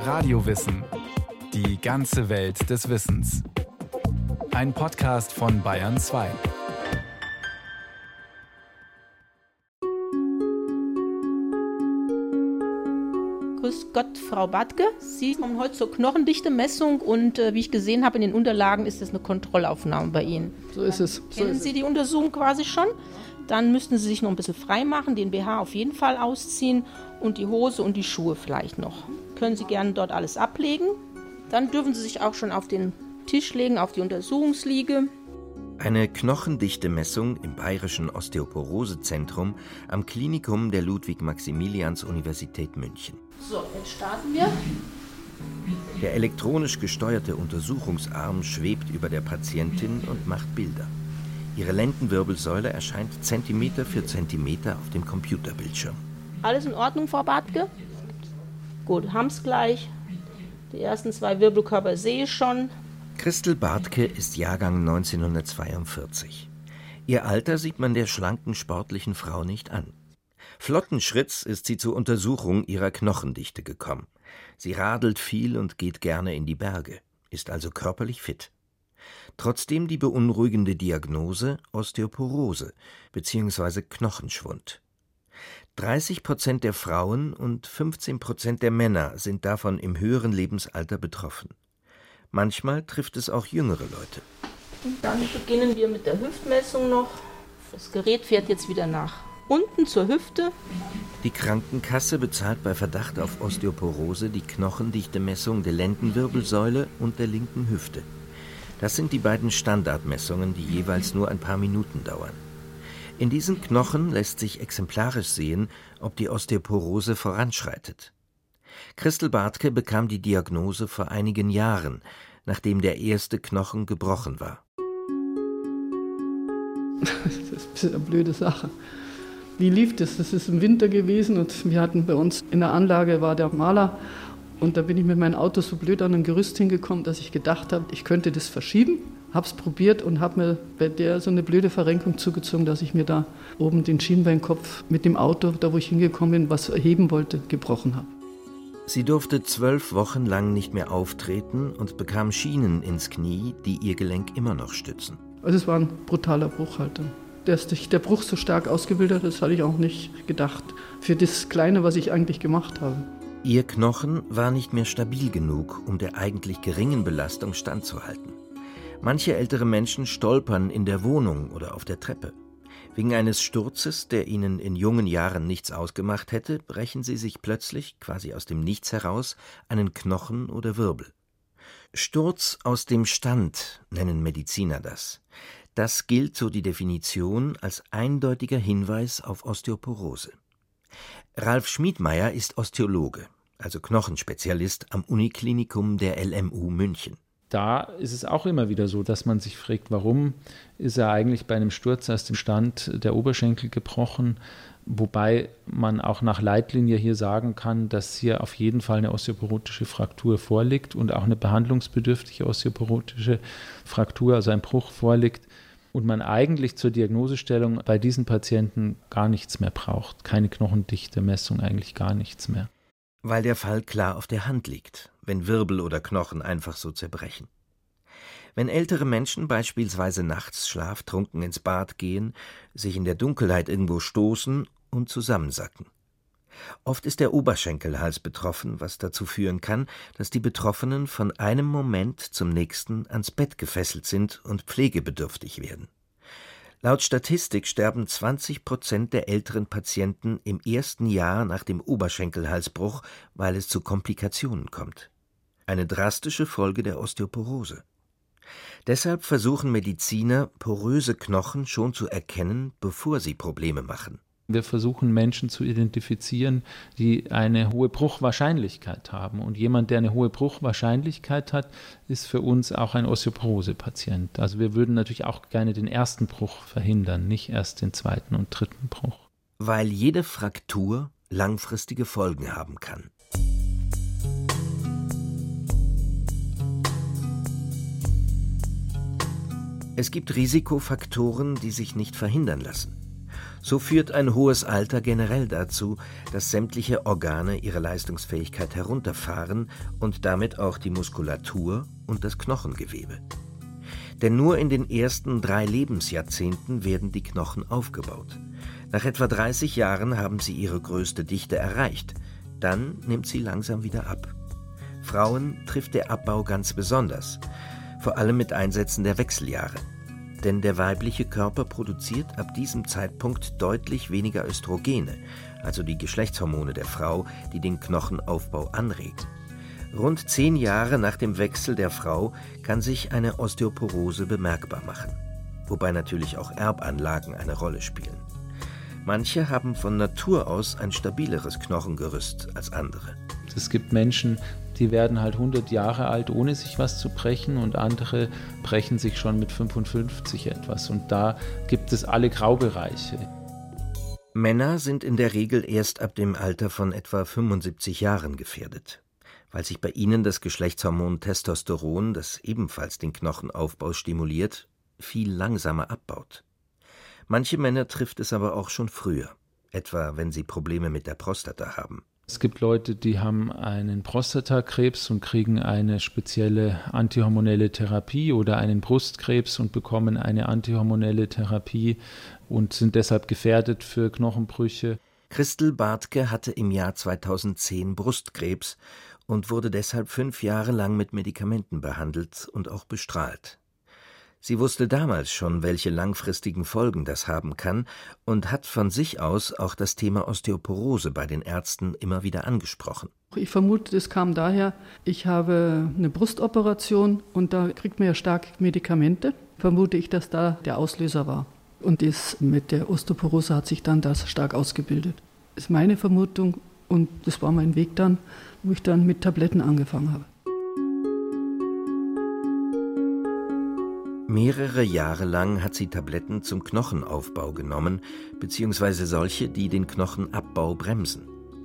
Radiowissen. Die ganze Welt des Wissens. Ein Podcast von Bayern 2. Grüß Gott, Frau Bartke. Sie kommen heute zur Knochendichte-Messung und wie ich gesehen habe in den Unterlagen, ist das eine Kontrollaufnahme bei Ihnen. So ist es. Kennen Sie die Untersuchung quasi schon? Dann müssten Sie sich noch ein bisschen frei machen, den BH auf jeden Fall ausziehen und die Hose und die Schuhe vielleicht noch. Können Sie gerne dort alles ablegen. Dann dürfen Sie sich auch schon auf den Tisch legen, auf die Untersuchungsliege. Eine Knochendichte-Messung im Bayerischen Osteoporose-Zentrum am Klinikum der Ludwig-Maximilians-Universität München. So, jetzt starten wir. Der elektronisch gesteuerte Untersuchungsarm schwebt über der Patientin und macht Bilder. Ihre Lendenwirbelsäule erscheint Zentimeter für Zentimeter auf dem Computerbildschirm. Alles in Ordnung, Frau Bartke? Gut, haben's gleich. Die ersten 2 Wirbelkörper sehe ich schon. Christel Bartke ist Jahrgang 1942. Ihr Alter sieht man der schlanken, sportlichen Frau nicht an. Flotten Schritts ist sie zur Untersuchung ihrer Knochendichte gekommen. Sie radelt viel und geht gerne in die Berge, ist also körperlich fit. Trotzdem die beunruhigende Diagnose Osteoporose bzw. Knochenschwund. 30% der Frauen und 15% der Männer sind davon im höheren Lebensalter betroffen. Manchmal trifft es auch jüngere Leute. Und dann beginnen wir mit der Hüftmessung noch. Das Gerät fährt jetzt wieder nach unten zur Hüfte. Die Krankenkasse bezahlt bei Verdacht auf Osteoporose die Knochendichte-Messung der Lendenwirbelsäule und der linken Hüfte. Das sind die beiden Standardmessungen, die jeweils nur ein paar Minuten dauern. In diesen Knochen lässt sich exemplarisch sehen, ob die Osteoporose voranschreitet. Christel Bartke bekam die Diagnose vor einigen Jahren, nachdem der erste Knochen gebrochen war. Das ist ein bisschen eine blöde Sache. Wie lief das? Das ist im Winter gewesen und wir hatten bei uns in der Anlage war der Maler und da bin ich mit meinem Auto so blöd an ein Gerüst hingekommen, dass ich gedacht habe, ich könnte das verschieben. Hab's probiert und habe mir bei der so eine blöde Verrenkung zugezogen, dass ich mir da oben den Schienbeinkopf mit dem Auto, da wo ich hingekommen bin, was erheben wollte, gebrochen habe. Sie durfte 12 Wochen lang nicht mehr auftreten und bekam Schienen ins Knie, die ihr Gelenk immer noch stützen. Also es war ein brutaler Bruch halt. Dass sich der Bruch so stark ausgebildet hat, das hatte ich auch nicht gedacht. Für das Kleine, was ich eigentlich gemacht habe. Ihr Knochen war nicht mehr stabil genug, um der eigentlich geringen Belastung standzuhalten. Manche ältere Menschen stolpern in der Wohnung oder auf der Treppe. Wegen eines Sturzes, der ihnen in jungen Jahren nichts ausgemacht hätte, brechen sie sich plötzlich, quasi aus dem Nichts heraus, einen Knochen oder Wirbel. Sturz aus dem Stand nennen Mediziner das. Das gilt, so die Definition, als eindeutiger Hinweis auf Osteoporose. Ralf Schmiedmeier ist Osteologe, also Knochenspezialist am Uniklinikum der LMU München. Da ist es auch immer wieder so, dass man sich fragt, warum ist er eigentlich bei einem Sturz aus dem Stand der Oberschenkel gebrochen, wobei man auch nach Leitlinie hier sagen kann, dass hier auf jeden Fall eine osteoporotische Fraktur vorliegt und auch eine behandlungsbedürftige osteoporotische Fraktur, also ein Bruch vorliegt und man eigentlich zur Diagnosestellung bei diesen Patienten gar nichts mehr braucht, keine Knochendichte-Messung, eigentlich gar nichts mehr. Weil der Fall klar auf der Hand liegt, wenn Wirbel oder Knochen einfach so zerbrechen. Wenn ältere Menschen beispielsweise nachts schlaftrunken ins Bad gehen, sich in der Dunkelheit irgendwo stoßen und zusammensacken. Oft ist der Oberschenkelhals betroffen, was dazu führen kann, dass die Betroffenen von einem Moment zum nächsten ans Bett gefesselt sind und pflegebedürftig werden. Laut Statistik sterben 20% der älteren Patienten im ersten Jahr nach dem Oberschenkelhalsbruch, weil es zu Komplikationen kommt. Eine drastische Folge der Osteoporose. Deshalb versuchen Mediziner, poröse Knochen schon zu erkennen, bevor sie Probleme machen. Wir versuchen Menschen zu identifizieren, die eine hohe Bruchwahrscheinlichkeit haben. Und jemand, der eine hohe Bruchwahrscheinlichkeit hat, ist für uns auch ein Osteoporose-Patient. Also wir würden natürlich auch gerne den ersten Bruch verhindern, nicht erst den zweiten und dritten Bruch. Weil jede Fraktur langfristige Folgen haben kann. Es gibt Risikofaktoren, die sich nicht verhindern lassen. So führt ein hohes Alter generell dazu, dass sämtliche Organe ihre Leistungsfähigkeit herunterfahren und damit auch die Muskulatur und das Knochengewebe. Denn nur in den ersten 3 Lebensjahrzehnten werden die Knochen aufgebaut. Nach etwa 30 Jahren haben sie ihre größte Dichte erreicht. Dann nimmt sie langsam wieder ab. Frauen trifft der Abbau ganz besonders, vor allem mit Einsätzen der Wechseljahre. Denn der weibliche Körper produziert ab diesem Zeitpunkt deutlich weniger Östrogene, also die Geschlechtshormone der Frau, die den Knochenaufbau anregen. Rund 10 Jahre nach dem Wechsel der Frau kann sich eine Osteoporose bemerkbar machen, wobei natürlich auch Erbanlagen eine Rolle spielen. Manche haben von Natur aus ein stabileres Knochengerüst als andere. Es gibt Menschen, die werden halt 100 Jahre alt, ohne sich was zu brechen, und andere brechen sich schon mit 55 etwas. Und da gibt es alle Graubereiche. Männer sind in der Regel erst ab dem Alter von etwa 75 Jahren gefährdet, weil sich bei ihnen das Geschlechtshormon Testosteron, das ebenfalls den Knochenaufbau stimuliert, viel langsamer abbaut. Manche Männer trifft es aber auch schon früher, etwa wenn sie Probleme mit der Prostata haben. Es gibt Leute, die haben einen Prostatakrebs und kriegen eine spezielle antihormonelle Therapie, oder einen Brustkrebs und bekommen eine antihormonelle Therapie und sind deshalb gefährdet für Knochenbrüche. Christel Bartke hatte im Jahr 2010 Brustkrebs und wurde deshalb 5 Jahre lang mit Medikamenten behandelt und auch bestrahlt. Sie wusste damals schon, welche langfristigen Folgen das haben kann, und hat von sich aus auch das Thema Osteoporose bei den Ärzten immer wieder angesprochen. Ich vermute, das kam daher, ich habe eine Brustoperation und da kriegt man ja starke Medikamente. Vermute ich, dass da der Auslöser war. Und das mit der Osteoporose hat sich dann das stark ausgebildet. Das ist meine Vermutung, und das war mein Weg dann, wo ich dann mit Tabletten angefangen habe. Mehrere Jahre lang hat sie Tabletten zum Knochenaufbau genommen, beziehungsweise solche, die den Knochenabbau bremsen.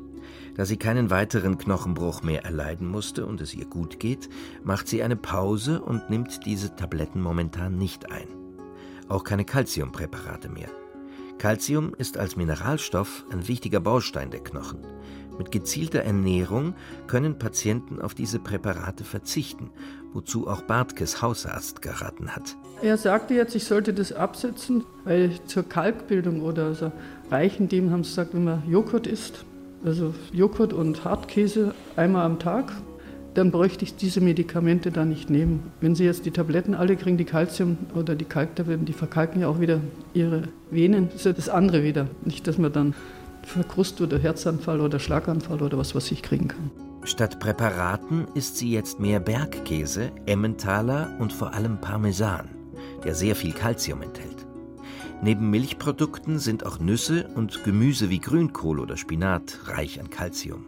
Da sie keinen weiteren Knochenbruch mehr erleiden musste und es ihr gut geht, macht sie eine Pause und nimmt diese Tabletten momentan nicht ein. Auch keine Calciumpräparate mehr. Calcium ist als Mineralstoff ein wichtiger Baustein der Knochen. Mit gezielter Ernährung können Patienten auf diese Präparate verzichten, wozu auch Bartkes Hausarzt geraten hat. Er sagte jetzt, ich sollte das absetzen, weil zur Kalkbildung oder so reichen dem, haben sie gesagt, wenn man Joghurt isst, also Joghurt und Hartkäse einmal am Tag, dann bräuchte ich diese Medikamente dann nicht nehmen. Wenn Sie jetzt die Tabletten alle kriegen, die Calcium- oder die Kalktabletten, die verkalken ja auch wieder ihre Venen, das ist ja das andere wieder. Nicht, dass man dann Verkrust oder Herzanfall oder Schlaganfall oder was ich kriegen kann. Statt Präparaten isst sie jetzt mehr Bergkäse, Emmentaler und vor allem Parmesan, der sehr viel Calcium enthält. Neben Milchprodukten sind auch Nüsse und Gemüse wie Grünkohl oder Spinat reich an Calcium.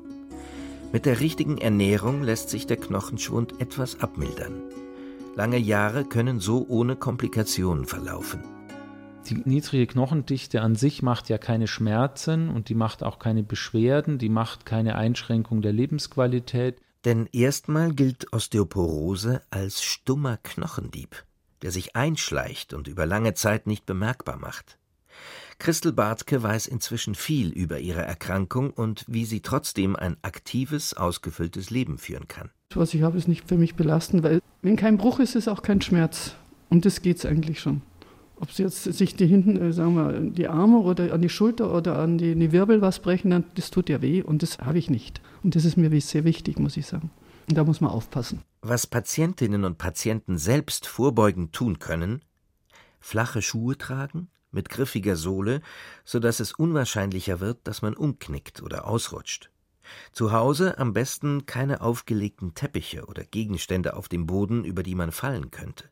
Mit der richtigen Ernährung lässt sich der Knochenschwund etwas abmildern. Lange Jahre können so ohne Komplikationen verlaufen. Die niedrige Knochendichte an sich macht ja keine Schmerzen und die macht auch keine Beschwerden, die macht keine Einschränkung der Lebensqualität. Denn erstmal gilt Osteoporose als stummer Knochendieb, der sich einschleicht und über lange Zeit nicht bemerkbar macht. Christel Bartke weiß inzwischen viel über ihre Erkrankung und wie sie trotzdem ein aktives, ausgefülltes Leben führen kann. Was ich habe, ist nicht für mich belastend, weil wenn kein Bruch ist, ist auch kein Schmerz. Und das geht es eigentlich schon. Ob sie jetzt sich die hinten, sagen wir, die Arme oder an die Schulter oder an die Wirbel was brechen, dann, das tut ja weh und das habe ich nicht. Und das ist mir sehr wichtig, muss ich sagen. Und da muss man aufpassen. Was Patientinnen und Patienten selbst vorbeugend tun können: flache Schuhe tragen mit griffiger Sohle, sodass es unwahrscheinlicher wird, dass man umknickt oder ausrutscht. Zu Hause am besten keine aufgelegten Teppiche oder Gegenstände auf dem Boden, über die man fallen könnte.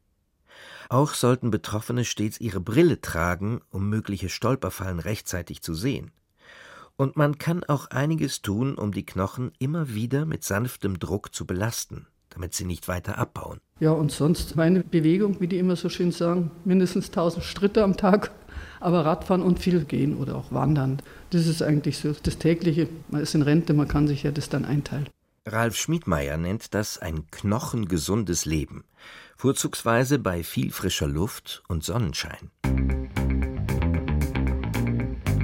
Auch sollten Betroffene stets ihre Brille tragen, um mögliche Stolperfallen rechtzeitig zu sehen. Und man kann auch einiges tun, um die Knochen immer wieder mit sanftem Druck zu belasten, damit sie nicht weiter abbauen. Ja, und sonst meine Bewegung, wie die immer so schön sagen, mindestens 1000 Schritte am Tag, aber Radfahren und viel gehen oder auch wandern. Das ist eigentlich so das Tägliche. Man ist in Rente, man kann sich ja das dann einteilen. Ralf Schmiedmeier nennt das ein knochengesundes Leben, vorzugsweise bei viel frischer Luft und Sonnenschein.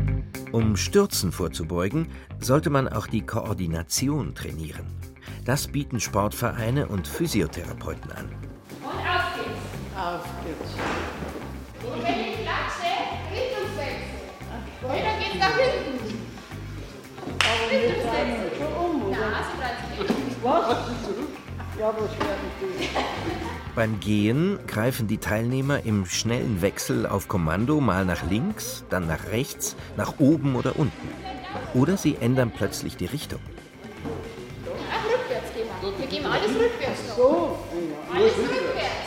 Um Stürzen vorzubeugen, sollte man auch die Koordination trainieren. Das bieten Sportvereine und Physiotherapeuten an. Und auf geht's. Auf geht's. Und wenn ich klatsche, Richtungswechsel. Dann geht's nach hinten. Richtungswechsel. Na, so bleibt es. Was? Ja, was werden die? Beim Gehen greifen die Teilnehmer im schnellen Wechsel auf Kommando mal nach links, dann nach rechts, nach oben oder unten. Oder sie ändern plötzlich die Richtung. Ach, rückwärts gehen wir. Wir gehen alles rückwärts noch. So. Alles rückwärts.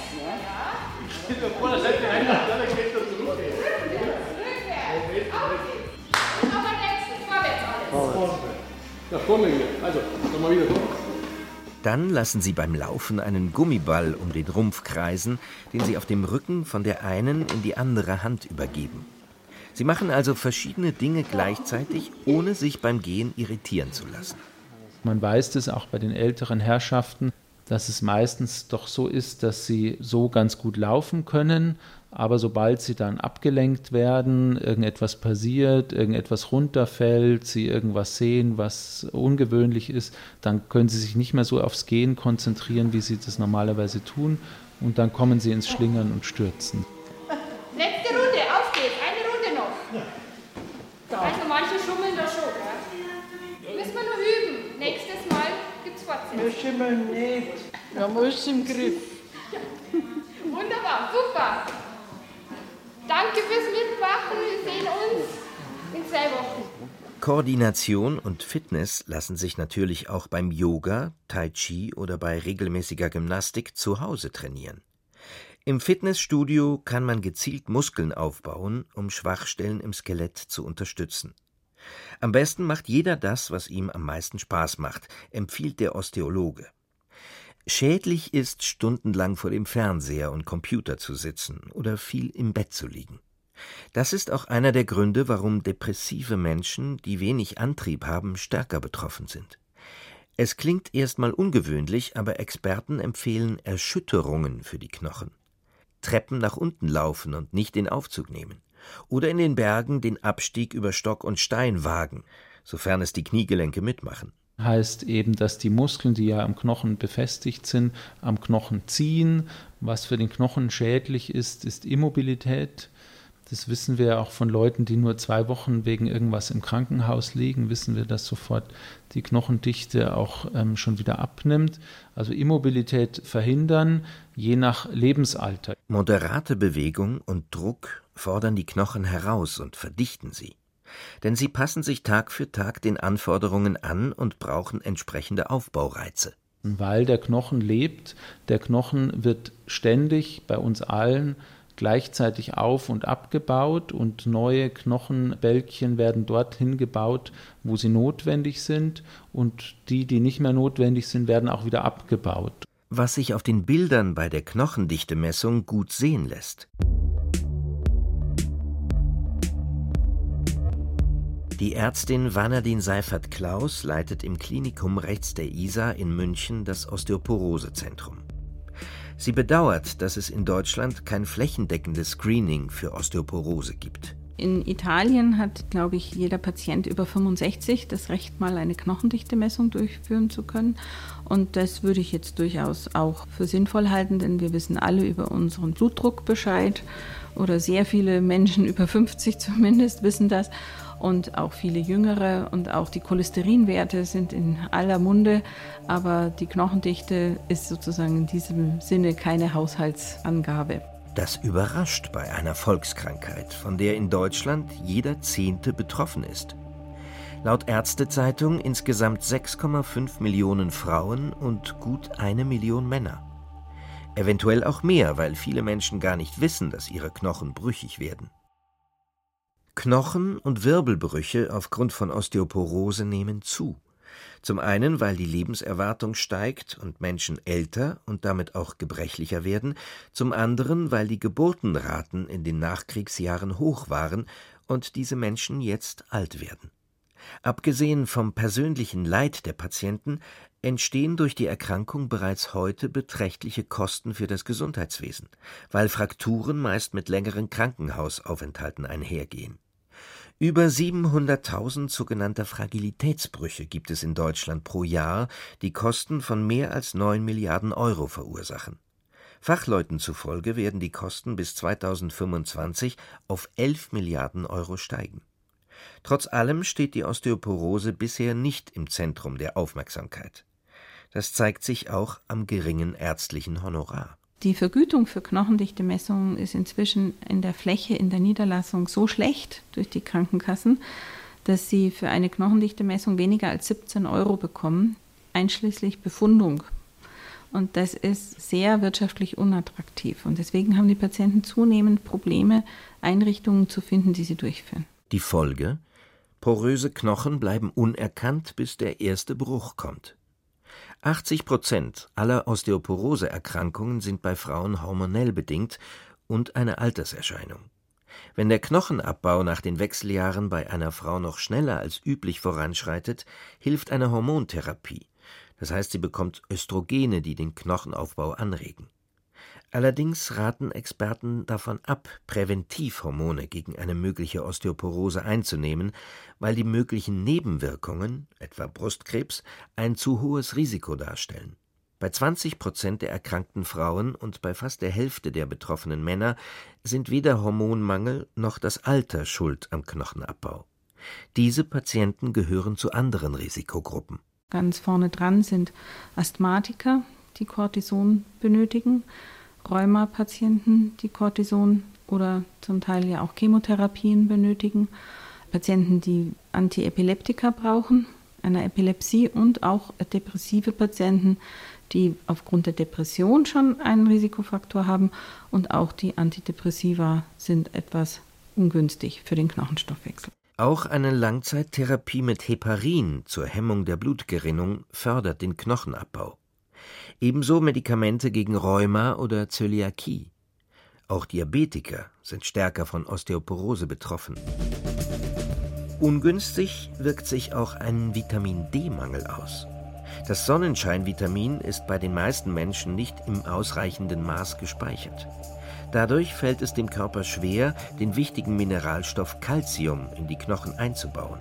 Nach vorne hier. Also, nochmal wieder so. Dann lassen sie beim Laufen einen Gummiball um den Rumpf kreisen, den sie auf dem Rücken von der einen in die andere Hand übergeben. Sie machen also verschiedene Dinge gleichzeitig, ohne sich beim Gehen irritieren zu lassen. Man weiß das auch bei den älteren Herrschaften, dass es meistens doch so ist, dass sie so ganz gut laufen können, aber sobald sie dann abgelenkt werden, irgendetwas passiert, irgendetwas runterfällt, sie irgendwas sehen, was ungewöhnlich ist, dann können sie sich nicht mehr so aufs Gehen konzentrieren, wie sie das normalerweise tun, und dann kommen sie ins Schlingern und Stürzen. Letzte Runde, auf geht's. Eine Runde noch. Also manche schummeln da schon, gell? Müssen wir nur üben. Nächstes Mal gibt's Fortsetzung. Wir schimmeln nicht. Wir haben alles im Griff. Wunderbar, super. Danke fürs Mitmachen. Wir sehen uns in 2 Wochen. Koordination und Fitness lassen sich natürlich auch beim Yoga, Tai Chi oder bei regelmäßiger Gymnastik zu Hause trainieren. Im Fitnessstudio kann man gezielt Muskeln aufbauen, um Schwachstellen im Skelett zu unterstützen. Am besten macht jeder das, was ihm am meisten Spaß macht, empfiehlt der Osteologe. Schädlich ist, stundenlang vor dem Fernseher und Computer zu sitzen oder viel im Bett zu liegen. Das ist auch einer der Gründe, warum depressive Menschen, die wenig Antrieb haben, stärker betroffen sind. Es klingt erstmal ungewöhnlich, aber Experten empfehlen Erschütterungen für die Knochen. Treppen nach unten laufen und nicht den Aufzug nehmen. Oder in den Bergen den Abstieg über Stock und Stein wagen, sofern es die Kniegelenke mitmachen. Heißt eben, dass die Muskeln, die ja am Knochen befestigt sind, am Knochen ziehen. Was für den Knochen schädlich ist, ist Immobilität. Das wissen wir auch von Leuten, die nur 2 Wochen wegen irgendwas im Krankenhaus liegen, wissen wir, dass sofort die Knochendichte auch schon wieder abnimmt. Also Immobilität verhindern, je nach Lebensalter. Moderate Bewegung und Druck fordern die Knochen heraus und verdichten sie. Denn sie passen sich Tag für Tag den Anforderungen an und brauchen entsprechende Aufbaureize. Weil der Knochen lebt, der Knochen wird ständig bei uns allen gleichzeitig auf- und abgebaut und neue Knochenbälkchen werden dorthin gebaut, wo sie notwendig sind, und die nicht mehr notwendig sind, werden auch wieder abgebaut. Was sich auf den Bildern bei der Knochendichtemessung gut sehen lässt. Die Ärztin Vanadin Seifert-Klaus leitet im Klinikum rechts der Isar in München das Osteoporosezentrum. Sie bedauert, dass es in Deutschland kein flächendeckendes Screening für Osteoporose gibt. In Italien hat, glaube ich, jeder Patient über 65 das Recht, mal eine Knochendichtemessung durchführen zu können. Und das würde ich jetzt durchaus auch für sinnvoll halten, denn wir wissen alle über unseren Blutdruck Bescheid. Oder sehr viele Menschen über 50 zumindest wissen das. Und auch viele Jüngere, und auch die Cholesterinwerte sind in aller Munde. Aber die Knochendichte ist sozusagen in diesem Sinne keine Haushaltsangabe. Das überrascht bei einer Volkskrankheit, von der in Deutschland jeder 10. betroffen ist. Laut Ärztezeitung insgesamt 6,5 Millionen Frauen und gut 1 Million Männer. Eventuell auch mehr, weil viele Menschen gar nicht wissen, dass ihre Knochen brüchig werden. Knochen- und Wirbelbrüche aufgrund von Osteoporose nehmen zu. Zum einen, weil die Lebenserwartung steigt und Menschen älter und damit auch gebrechlicher werden, zum anderen, weil die Geburtenraten in den Nachkriegsjahren hoch waren und diese Menschen jetzt alt werden. Abgesehen vom persönlichen Leid der Patienten entstehen durch die Erkrankung bereits heute beträchtliche Kosten für das Gesundheitswesen, weil Frakturen meist mit längeren Krankenhausaufenthalten einhergehen. Über 700.000 sogenannter Fragilitätsbrüche gibt es in Deutschland pro Jahr, die Kosten von mehr als 9 Milliarden Euro verursachen. Fachleuten zufolge werden die Kosten bis 2025 auf 11 Milliarden Euro steigen. Trotz allem steht die Osteoporose bisher nicht im Zentrum der Aufmerksamkeit. Das zeigt sich auch am geringen ärztlichen Honorar. Die Vergütung für Knochendichte-Messungen ist inzwischen in der Fläche in der Niederlassung so schlecht durch die Krankenkassen, dass sie für eine Knochendichte-Messung weniger als 17 Euro bekommen, einschließlich Befundung. Und das ist sehr wirtschaftlich unattraktiv. Und deswegen haben die Patienten zunehmend Probleme, Einrichtungen zu finden, die sie durchführen. Die Folge? Poröse Knochen bleiben unerkannt, bis der erste Bruch kommt. 80% aller Osteoporose-Erkrankungen sind bei Frauen hormonell bedingt und eine Alterserscheinung. Wenn der Knochenabbau nach den Wechseljahren bei einer Frau noch schneller als üblich voranschreitet, hilft eine Hormontherapie. Das heißt, sie bekommt Östrogene, die den Knochenaufbau anregen. Allerdings raten Experten davon ab, Präventivhormone gegen eine mögliche Osteoporose einzunehmen, weil die möglichen Nebenwirkungen, etwa Brustkrebs, ein zu hohes Risiko darstellen. Bei 20% der erkrankten Frauen und bei fast der Hälfte der betroffenen Männer sind weder Hormonmangel noch das Alter schuld am Knochenabbau. Diese Patienten gehören zu anderen Risikogruppen. Ganz vorne dran sind Asthmatiker, die Cortison benötigen, Rheuma-Patienten, die Cortison oder zum Teil ja auch Chemotherapien benötigen, Patienten, die Antiepileptika brauchen, einer Epilepsie und auch depressive Patienten, die aufgrund der Depression schon einen Risikofaktor haben und auch die Antidepressiva sind etwas ungünstig für den Knochenstoffwechsel. Auch eine Langzeittherapie mit Heparin zur Hemmung der Blutgerinnung fördert den Knochenabbau. Ebenso Medikamente gegen Rheuma oder Zöliakie. Auch Diabetiker sind stärker von Osteoporose betroffen. Ungünstig wirkt sich auch ein Vitamin-D-Mangel aus. Das Sonnenscheinvitamin ist bei den meisten Menschen nicht im ausreichenden Maß gespeichert. Dadurch fällt es dem Körper schwer, den wichtigen Mineralstoff Calcium in die Knochen einzubauen.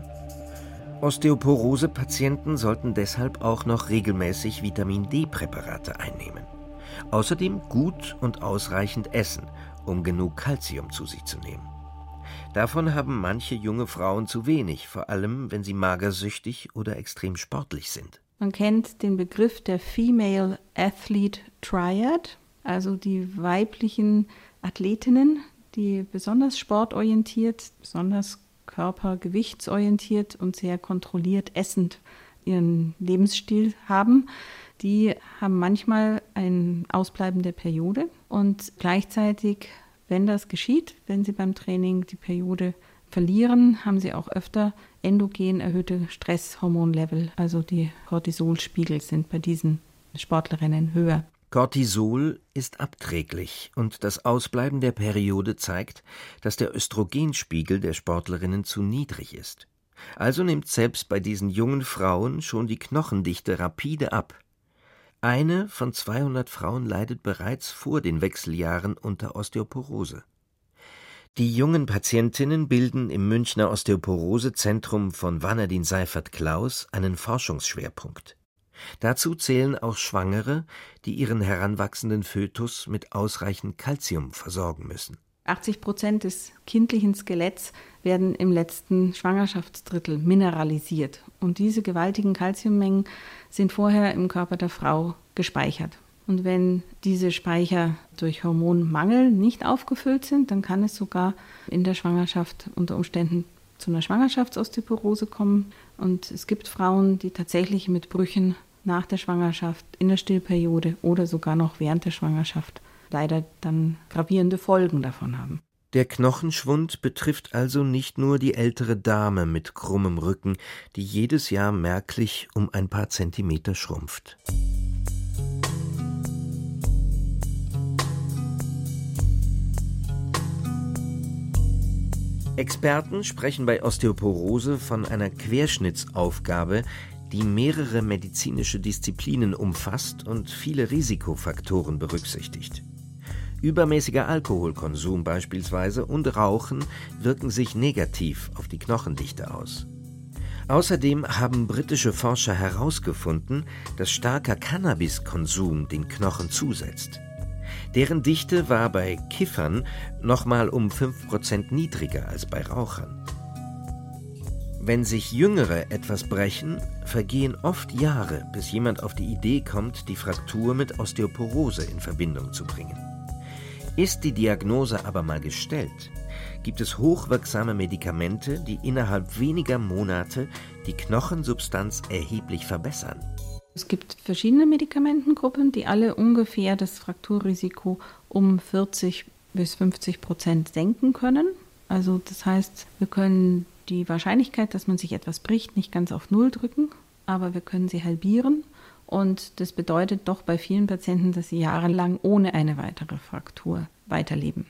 Osteoporose-Patienten sollten deshalb auch noch regelmäßig Vitamin-D-Präparate einnehmen. Außerdem gut und ausreichend essen, um genug Calcium zu sich zu nehmen. Davon haben manche junge Frauen zu wenig, vor allem wenn sie magersüchtig oder extrem sportlich sind. Man kennt den Begriff der Female Athlete Triad, also die weiblichen Athletinnen, die besonders sportorientiert, besonders körpergewichtsorientiert und sehr kontrolliert essend ihren Lebensstil haben. Die haben manchmal ein Ausbleiben der Periode und gleichzeitig, wenn das geschieht, wenn sie beim Training die Periode verlieren, haben sie auch öfter endogen erhöhte Stresshormonlevel, also die Cortisolspiegel sind bei diesen Sportlerinnen höher. Cortisol ist abträglich und das Ausbleiben der Periode zeigt, dass der Östrogenspiegel der Sportlerinnen zu niedrig ist. Also nimmt selbst bei diesen jungen Frauen schon die Knochendichte rapide ab. Eine von 200 Frauen leidet bereits vor den Wechseljahren unter Osteoporose. Die jungen Patientinnen bilden im Münchner Osteoporosezentrum von Vanadin Seifert-Klaus einen Forschungsschwerpunkt. Dazu zählen auch Schwangere, die ihren heranwachsenden Fötus mit ausreichend Calcium versorgen müssen. 80% des kindlichen Skeletts werden im letzten Schwangerschaftsdrittel mineralisiert. Und diese gewaltigen Calciummengen sind vorher im Körper der Frau gespeichert. Und wenn diese Speicher durch Hormonmangel nicht aufgefüllt sind, dann kann es sogar in der Schwangerschaft unter Umständen zu einer Schwangerschaftsosteoporose kommen. Und es gibt Frauen, die tatsächlich mit Brüchen nach der Schwangerschaft, in der Stillperiode oder sogar noch während der Schwangerschaft leider dann gravierende Folgen davon haben. Der Knochenschwund betrifft also nicht nur die ältere Dame mit krummem Rücken, die jedes Jahr merklich um ein paar Zentimeter schrumpft. Experten sprechen bei Osteoporose von einer Querschnittsaufgabe, die mehrere medizinische Disziplinen umfasst und viele Risikofaktoren berücksichtigt. Übermäßiger Alkoholkonsum beispielsweise und Rauchen wirken sich negativ auf die Knochendichte aus. Außerdem haben britische Forscher herausgefunden, dass starker Cannabiskonsum den Knochen zusetzt. Deren Dichte war bei Kiffern nochmal um 5% niedriger als bei Rauchern. Wenn sich Jüngere etwas brechen, vergehen oft Jahre, bis jemand auf die Idee kommt, die Fraktur mit Osteoporose in Verbindung zu bringen. Ist die Diagnose aber mal gestellt, gibt es hochwirksame Medikamente, die innerhalb weniger Monate die Knochensubstanz erheblich verbessern. Es gibt verschiedene Medikamentengruppen, die alle ungefähr das Frakturrisiko um 40-50% senken können. Also das heißt, wir können die Wahrscheinlichkeit, dass man sich etwas bricht, nicht ganz auf Null drücken, aber wir können sie halbieren. Und das bedeutet doch bei vielen Patienten, dass sie jahrelang ohne eine weitere Fraktur weiterleben.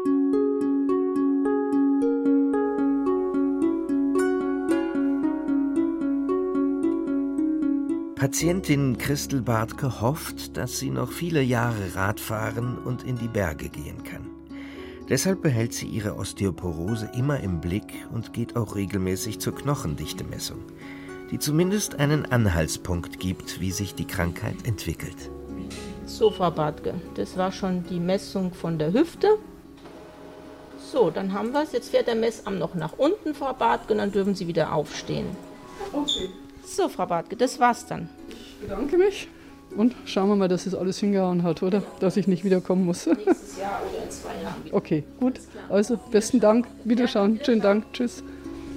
Patientin Christel Bartke hofft, dass sie noch viele Jahre Rad fahren und in die Berge gehen kann. Deshalb behält sie ihre Osteoporose immer im Blick und geht auch regelmäßig zur Knochendichtemessung, die zumindest einen Anhaltspunkt gibt, wie sich die Krankheit entwickelt. So, Frau Bartke, das war schon die Messung von der Hüfte. So, dann haben wir es. Jetzt fährt der Messarm noch nach unten, Frau Bartke, und dann dürfen Sie wieder aufstehen. Okay. So, Frau Bartke, das war's dann. Ich bedanke mich und schauen wir mal, dass es alles hingehauen hat, oder? Dass ich nicht wiederkommen muss. Nächstes Jahr oder in 2 Jahren wieder. Okay, gut. Also, besten Dank. Wiederschauen. Schönen Dank. Tschüss.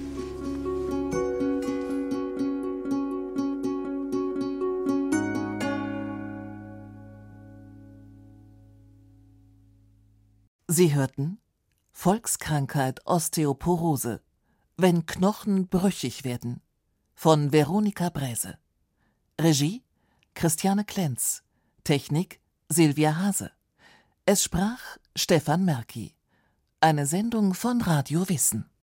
Sie hörten Volkskrankheit Osteoporose, wenn Knochen brüchig werden, von Veronika Bräse. Regie Christiane Klenz. Technik Silvia Hase. Es sprach Stefan Merki. Eine Sendung von Radio Wissen.